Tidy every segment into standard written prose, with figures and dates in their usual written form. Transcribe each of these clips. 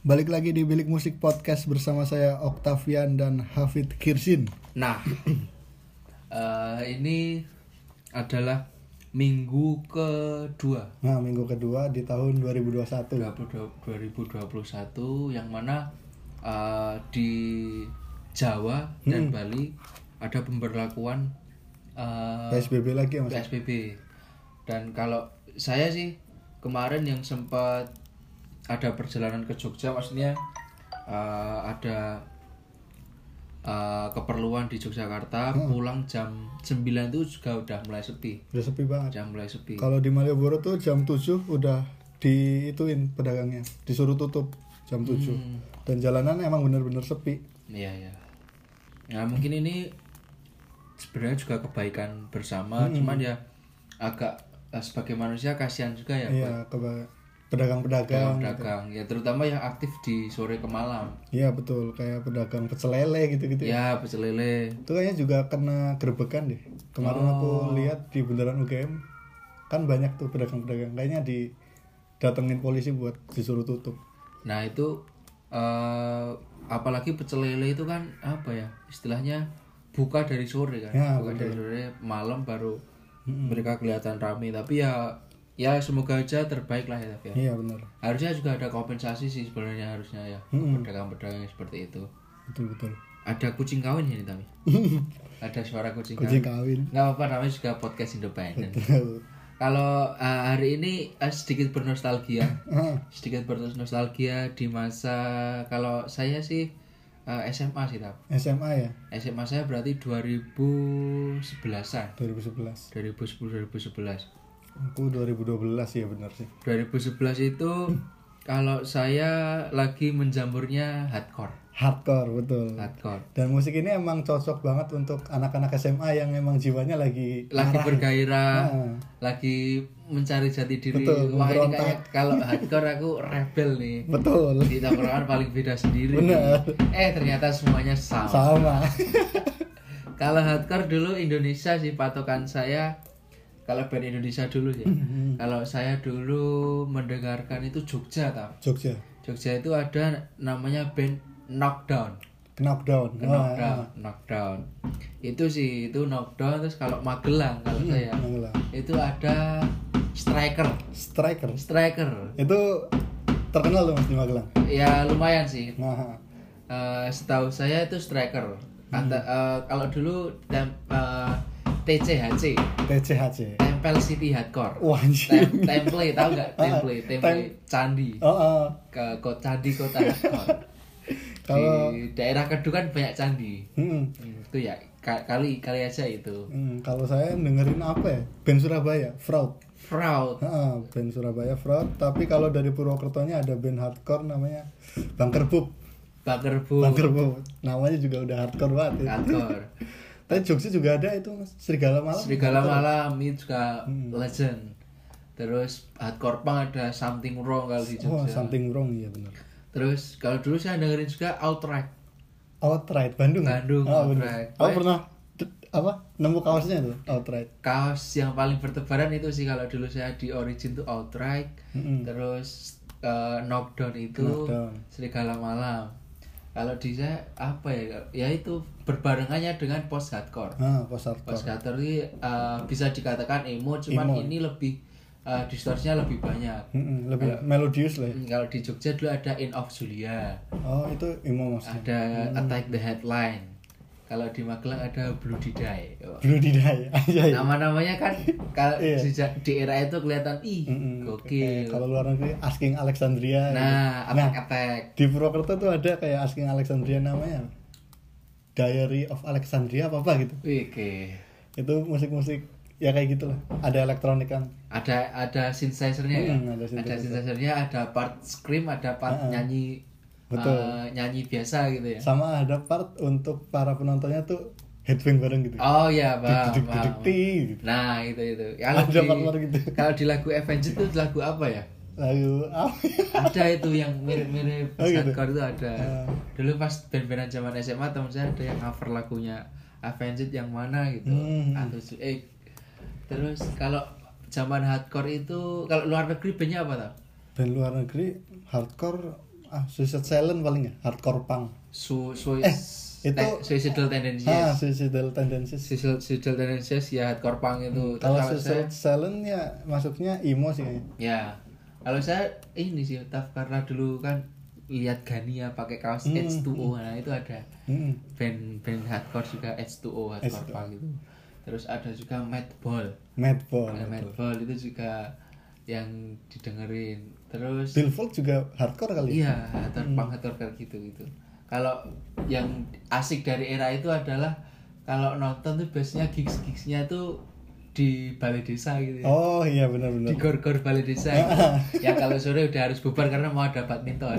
Balik lagi di Bilik Musik Podcast bersama saya Octavian dan Hafid Kirsin. Nah, ini adalah minggu kedua. Nah, minggu kedua di tahun 2021. 2021 yang mana di Jawa dan Bali ada pemberlakuan PSBB lagi ya, Mas? PSBB. Dan kalau saya sih kemarin yang sempat ada perjalanan ke Jogja, maksudnya ada keperluan di Yogyakarta, pulang jam 9 itu juga udah mulai sepi. Udah sepi banget. Udah mulai sepi. Kalau di Malioboro tuh jam 7 udah diituin pedagangnya, disuruh tutup jam 7. Dan jalanan emang bener-bener sepi. Iya, iya. Nah, mungkin ini sebenarnya juga kebaikan bersama, cuman ya agak sebagai manusia kasihan juga ya. Iya, pedagang-pedagang Pedagang ya, terutama yang aktif di sore ke malam. Iya betul, kayak pedagang pecel lele gitu-gitu Ya, pecel lele. Itu kayaknya juga kena gerebekan deh. Kemarin aku lihat di bundaran UGM kan banyak tuh pedagang-pedagang, kayaknya didatengin polisi buat disuruh tutup. Nah, itu apalagi pecel lele itu kan apa ya, istilahnya buka dari sore kan. Ya, buka dari sore, malam baru mereka kelihatan ramai. Tapi ya semoga aja terbaik lah ya, tapi ya. Iya benar. Harusnya juga ada kompensasi sih sebenarnya, harusnya ya, pedagang-pedagang yang seperti itu. Betul. Ada kucing kawin ya nih, Tami? Ada suara kucing kawin. Nggak apa-apa, namanya juga podcast independen. Betul. Kalau hari ini sedikit bernostalgia, di masa kalau saya sih SMA sih, Tap. SMA ya? SMA saya berarti 2011-an. 2011. 2010-2011. Aku 2012 ya, benar sih. 2011 itu kalau saya lagi menjamurnya hardcore. Hardcore, betul. Hardcore. Dan musik ini emang cocok banget untuk anak-anak SMA yang emang jiwanya lagi bergairah, lagi mencari jati diri. Betul, wah, ini memberontak. kayak kalau hardcore aku rebel nih. Betul. Di tongkrongan paling beda sendiri. Bener. Ternyata semuanya sama. Sama. Kalau hardcore dulu Indonesia sih patokan saya. Kalau band Indonesia dulu ya. Kalau saya dulu mendengarkan itu Jogja, tau. Jogja Jogja itu ada namanya band Knockdown. Knockdown. Itu Knockdown. Terus kalau Magelang, kalau saya itu ada Striker. Itu terkenal loh Mas di Magelang. Ya lumayan sih. Nah, Setahu saya itu Striker. Kalau dulu TCHC, Tempel City Hardcore. Wah, anjir. Temple, tahu nggak? Temple Candi. Kota Candi, kota hardcore. Kalau di daerah Kedung kan banyak candi. Itu ya kali aja itu. Kalau saya dengerin apa ya? Band Surabaya, Fraud. Band Surabaya Fraud. Tapi kalau dari Purwokertonya ada band hardcore namanya Bunker Bub. Namanya juga udah hardcore banget ya. Hardcore. Tapi Jogja juga ada itu Mas, Serigala Malam itu juga legend. Terus hardcore punk ada Something Wrong kalau di Jogja. Something Wrong, iya benar. Terus kalau dulu saya dengerin juga Outright Bandung. Outright. Aku pernah nemu kaosnya tuh Outright. Kaos yang paling bertebaran itu sih kalau dulu saya di Origin tuh Outright. Terus Knockdown itu Serigala Malam. Kalau di saya apa ya? Ya itu berbarengannya dengan post hardcore. Post hardcore ini bisa dikatakan emo, cuman ini lebih distorsinya lebih banyak. Lebih melodius lah ya. Kalau di Jogja dulu ada In of Julia. Itu emo maksudnya. Ada Attack the Headline. Kalau di Magelang ada Bloody Die. Nama-namanya kan kalau di era itu kelihatan gokil. Kalau luar negeri Asking Alexandria. Attack. Di Purwokerto tuh ada kayak Asking Alexandria namanya Diary of Alexandria apa gitu. Itu musik-musik ya kayak gitulah. Ada elektronik kan. Ada synthesizer-nya ya. Ada synthesizer-nya, ada part scream, ada part nyanyi. Betul. Nyanyi biasa gitu ya. Sama ada part untuk para penontonnya tuh headbang bareng gitu. Oh iya, paham. Gitu. Nah, itu. Gitu. Kalau di lagu Avenged itu lagu apa ya? Lagu apa? Ada itu yang mirip-mirip hardcore gitu ada. Dulu pas band-bandan zaman SMA teman saya ada yang cover lagunya Avenged yang mana gitu. Terus kalau zaman hardcore itu kalau luar negeri bandnya apa tau? Band luar negeri hardcore Suicide Silence paling ya, hardcore punk. Itu Suicidal Tendencies. Suicidal Tendencies ya hardcore punk itu. Kalau Suicide Silence ya masuknya emo sih kayaknya. Ya. Kalau saya ini sih karena dulu kan lihat Gania pakai kaos H2O, nah itu ada band hardcore juga H2O hardcore punk gitu. Terus ada juga Madball itu juga yang didengerin. Terus Billfold juga hardcore kali. Iya, hardcore kayak gitu. Kalau yang asik dari era itu adalah kalau nonton tuh biasanya gigs-gigsnya tuh di balai desa gitu ya. Oh iya benar. Di gor-gor balai desa gitu. Ya kalau sore udah harus bubar karena mau ada badminton.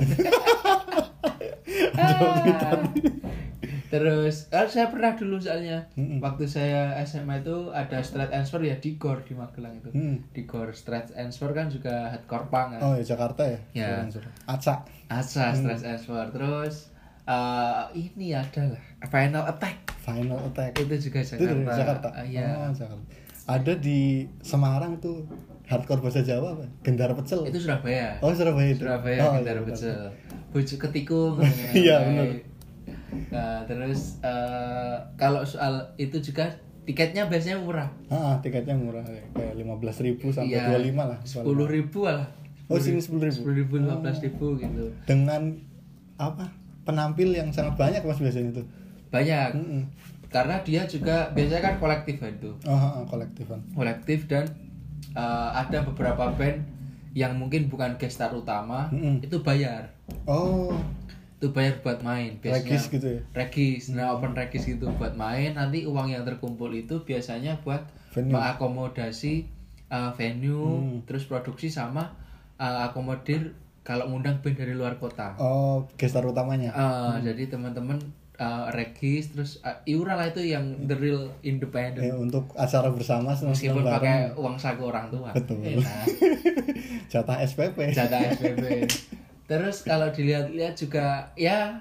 Terus saya pernah dulu soalnya waktu saya SMA itu ada Straight Answer ya di GOR di Magelang itu. Di GOR Straight Answer kan juga hardcore punk kan. Oh ya Jakarta ya. Ya. Aca Straight Answer. Terus ini adalah Final Attack itu juga Jakarta. Iya. Jakarta. Ada di Semarang tuh hardcore bahasa Jawa apa? Gendar Pecel. Itu Surabaya. Oh Surabaya. Gendar Pecel. Bujuk Ketikung. Iya benar. Nah, terus kalau soal itu juga tiketnya biasanya murah. Tiketnya murah kayak 15.000 sampai 25 lah. 10.000 lah. Oh sini 10.000. 15.000 gitu. Dengan penampil yang sangat banyak Mas biasanya itu. Banyak. Karena dia juga biasanya kan kolektif itu. Kolektif dan ada beberapa band yang mungkin bukan guest star utama itu bayar. Oh. Itu bayar buat main biasanya. Regis gitu ya. Open regis gitu buat main. Nanti uang yang terkumpul itu biasanya buat mengakomodasi venue, terus produksi sama akomodir kalau ngundang band dari luar kota. Oh, guest star utamanya. Jadi teman-teman regis terus iuran lah itu yang the real independent. Untuk acara bersama meskipun pakai uang saku orang tua. Betul. Jatah SPP. Terus kalau dilihat-lihat juga ya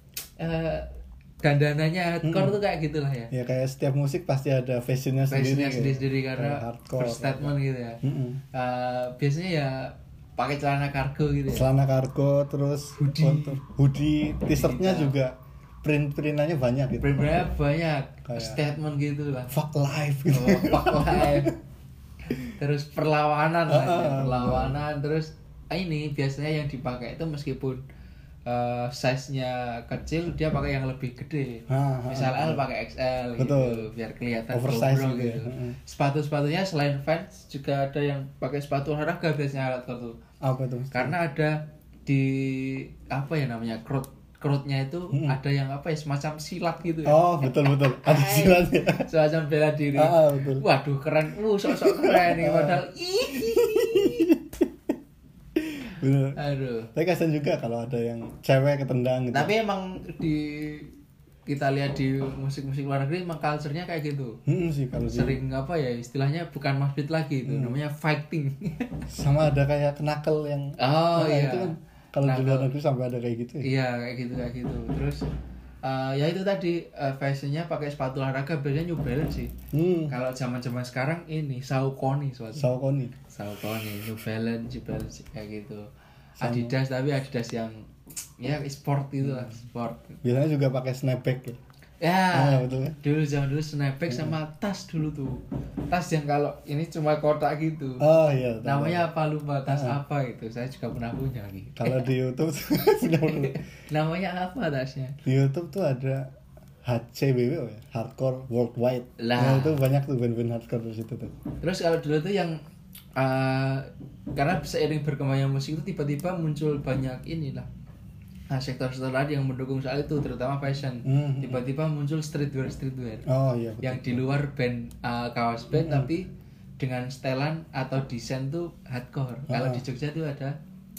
dandanannya hardcore tuh kayak gitulah ya. Ya kayak setiap musik pasti ada fashionnya sendiri karena first statement gitu ya. Biasanya ya pakai celana kargo gitu ya. Celana kargo terus hoodie, t-shirtnya juga print-printannya banyak gitu. Print-printnya banyak. Kayak statement gitu lah. Fuck life gitu. Fuck life. Terus perlawanan terus ini biasanya yang dipakai itu meskipun size-nya kecil dia pakai yang lebih gede. Misal L pakai XL gitu biar kelihatan oversize gitu. Sepatu-sepatunya selain Vans juga ada yang pakai sepatu olahraga biasanya alat tuh. Apa tuh? Karena ada di apa ya namanya crowd-nya itu ada yang apa ya semacam silat gitu ya. Oh, betul. Ada silatnya. Semacam bela diri. Betul. Waduh, keren. Sok-sok keren nih padahal. Bener. Aduh. Tapi kasian juga kalau ada yang cewek ketendang gitu. Tapi emang kita lihat di musik-musik luar negeri emang culture-nya kayak gitu. Sih kalau sering apa ya istilahnya bukan moshpit lagi itu namanya fighting. Sama ada kayak knuckle yang iya. Itu kan kalau di luar negeri sampai ada kayak gitu ya. Iya, kayak gitu. Terus ya itu tadi fashionnya pakai sepatu olahraga biasanya New Balance sih. Kalau zaman-zaman sekarang ini Saucony, New Balance kayak gitu. Adidas tapi Adidas yang ya sport gitu lah, sport. Biasanya juga pakai snapback ya. Ya, betul. Dulu snapback sama tas dulu tuh. Tas yang kalau ini cuma kotak gitu. Oh iya. Namanya apa lupa, tas apa gitu. Saya juga pernah punya lagi. Kalau di YouTube namanya apa tasnya? Di YouTube tuh ada HCBW ya, Hardcore Worldwide. Nah, itu banyak tuh band-band hardcore di situ tuh. Terus kalau dulu tuh yang karena seiring berkembangnya musik itu tiba-tiba muncul banyak inilah sektor-sektor lain yang mendukung soal itu terutama fashion. Tiba-tiba muncul streetwear. Oh iya. Betul. Yang di luar band kaos band tapi dengan setelan atau desain tuh hardcore. Kalau di Jogja tuh ada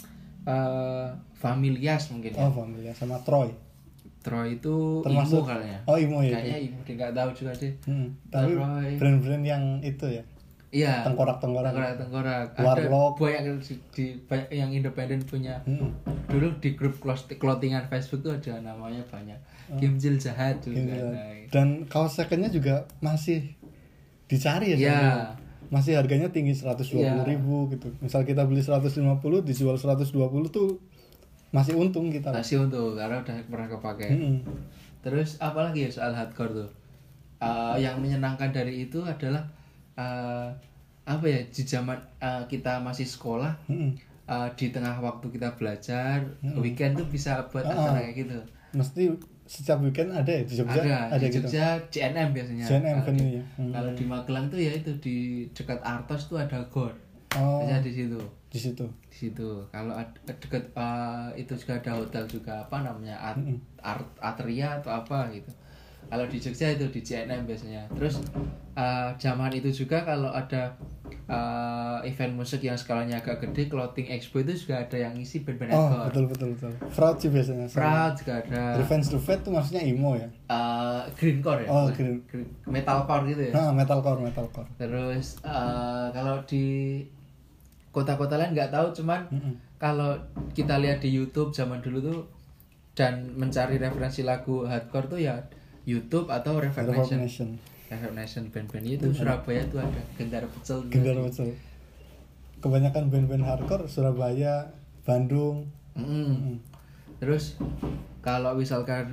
Familias mungkin ya. Oh Familias sama Troy itu termasuk Imo kayaknya. Oh Imo ya. Kayaknya Imo, nggak tahu juga deh. Tapi brand-brand yang itu ya. Iya. Tengkorak. Ada banyak yang independen punya. Dulu di grup clothingan Facebook tuh ada namanya banyak. Kimjil Jahat juga. Dan kaos secondnya juga masih dicari ya. Iya. Masih harganya tinggi 120.000 gitu. Misal kita beli 150 dijual 120 tuh masih untung kita. Masih untung karena udah pernah kepake. Terus apalagi ya soal hardcore tuh. Yang menyenangkan dari itu adalah apa ya, di zaman kita masih sekolah, di tengah waktu kita belajar, weekend tuh bisa buat acara kayak gitu. Mesti setiap weekend ada ya di Jogja? Ada di Jogja gitu. JNM biasanya. JNM venue ya. Kalau di Magelang tuh ya itu di dekat Artos tuh ada GOR. Biasanya di situ. Di situ. Kalau dekat itu juga ada hotel juga, apa namanya, Atria atau apa gitu. Kalau di Jogja itu di JNM biasanya. Terus zaman itu juga kalau ada event musik yang skalanya agak gede, Clothing Expo, itu juga ada yang ngisi band-band hardcore. Betul. Fraud sih biasanya. Fraud juga ada. Revenge to Fate tuh maksudnya emo ya? Greencore ya? Green. Metalcore gitu ya? Metalcore. Terus kalau di kota-kota lain nggak tahu, cuman kalau kita lihat di YouTube zaman dulu tuh dan mencari referensi lagu hardcore tuh ya YouTube atau Reverb Nation band-band itu. Surabaya tuh ada Gendar Pecel. Kebanyakan band-band hardcore Surabaya, Bandung. Terus kalau misalkan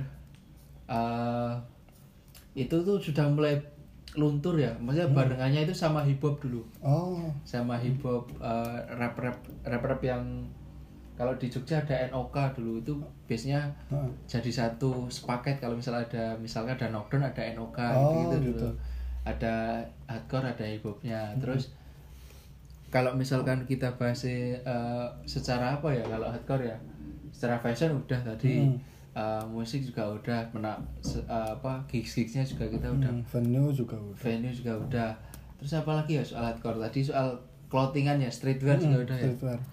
itu tuh sudah mulai luntur ya, maksudnya barengannya itu sama hip hop dulu. Sama hip hop, rap yang kalau di Jogja ada NOK dulu, itu biasanya jadi satu sepaket. Kalau misalkan ada Knockdown, ada NOK gitu dulu. Ada hardcore, ada hip hopnya. Terus kalau misalkan kita bahas secara apa ya, kalau hardcore ya secara fashion udah tadi, musik juga udah, gigs-gigsnya juga kita udah, venue juga udah. Terus apa lagi ya soal hardcore tadi, soal clothingan ya, streetwear juga udah ya.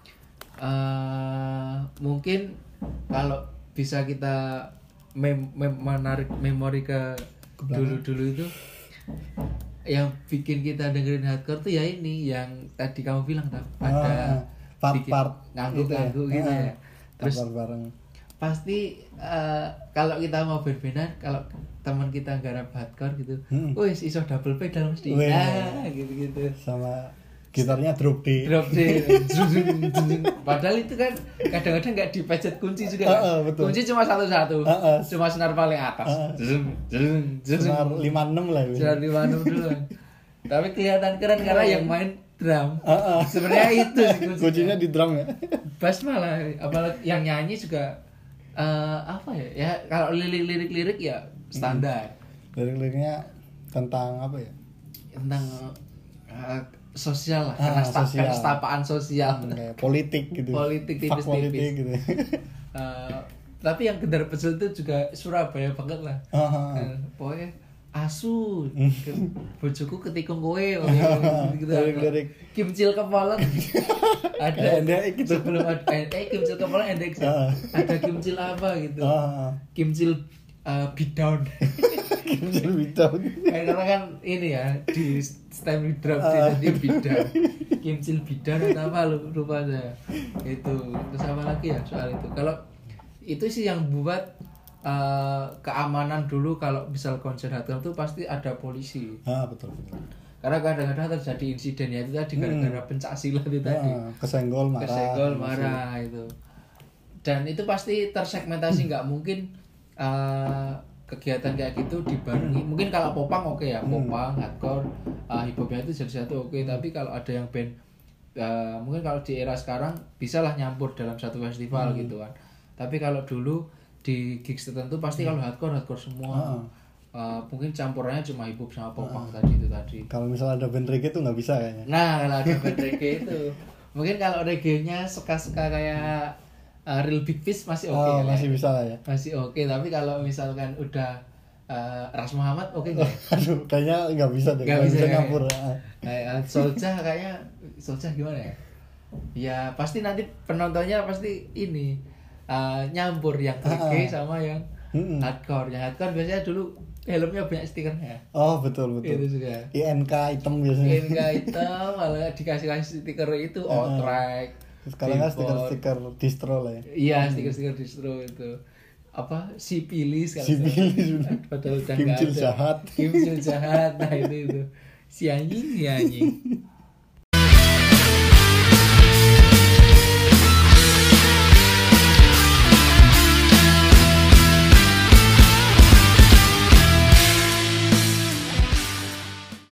Mungkin kalau bisa kita menarik memori ke dulu-dulu itu, yang bikin kita dengerin hardcore tuh ya ini yang tadi kamu bilang ada part ngangguk-ngangguk gitu ya. Terus bareng. Pasti kalau kita mau band-bandan, kalau teman kita garap hardcore gitu, wis iso double pedal mesti. Gitu. Sama gitarnya drop D. Padahal itu kan kadang-kadang nggak dipencet kunci juga kan? Kunci cuma satu-satu, cuma senar paling atas. Senar 56 lah. Senar 56 dulu. Tapi kelihatan keren karena yang main drum. Sebenarnya itu sih kuncinya di drum ya. Bass malah, apalagi yang nyanyi juga apa ya? Ya kalau lirik ya standar. Lirik-liriknya tentang apa ya? Tentang sosial lah, kenestapaan sosial, kayak politik gitu, tipis-tipis gitu. Tapi yang Gendar Pecel itu juga Surabaya banget lah. Pokoknya asu bojoku ketikung kowe gitu. Kimcil kepolen ada gitu. Sebelum ada kimcil kepolen ada kimcil apa gitu. Kimcil beatdown. Karena kan ini ya di stem drop jadi bidan, kimcil bidan atau apa lupa saya itu. Terus apa lagi ya soal itu? Kalau itu sih yang buat keamanan dulu, kalau misal konser hardcore tuh pasti ada polisi. Betul. Karena kadang-kadang terjadi insiden ya itu tadi, gara-gara pencaksilat itu tadi. Kesenggol marah itu. Dan itu pasti tersegmentasi, nggak mungkin kegiatan kayak gitu dibarengi. Mungkin kalau popang oke ya, popang, hardcore, hip hopnya itu jadi satu oke. Tapi kalau ada yang band, mungkin kalau di era sekarang bisalah nyampur dalam satu festival gitu kan. Tapi kalau dulu di gigs tertentu pasti kalau hardcore semua. Mungkin campurannya cuma hip hop sama popang tadi. Kalau misalnya ada band reggae tuh nggak bisa kayaknya. Nah, kalau ada band reggae itu mungkin kalau reggae-nya suka kayak Real Big Fish masih oke. Masih bisa lah ya. Masih oke, tapi kalau misalkan udah Ras Muhammad oke nggak? Aduh, kayaknya nggak bisa deh. Nggak bisa nyampur. Kayak Soulja gimana ya? Ya pasti nanti penontonnya pasti ini nyampur yang reggae sama yang hardcore. Yang hardcore biasanya dulu helmnya banyak stikernya. Betul. Itu juga. INK hitam biasanya. INK hitam, malah dikasih stiker itu outright. Sekarang kan stiker distro lah ya. Iya, stiker distro itu. Apa? Sipilis kan. Padahal Kimcil jahat. Nah itu. Si anjing.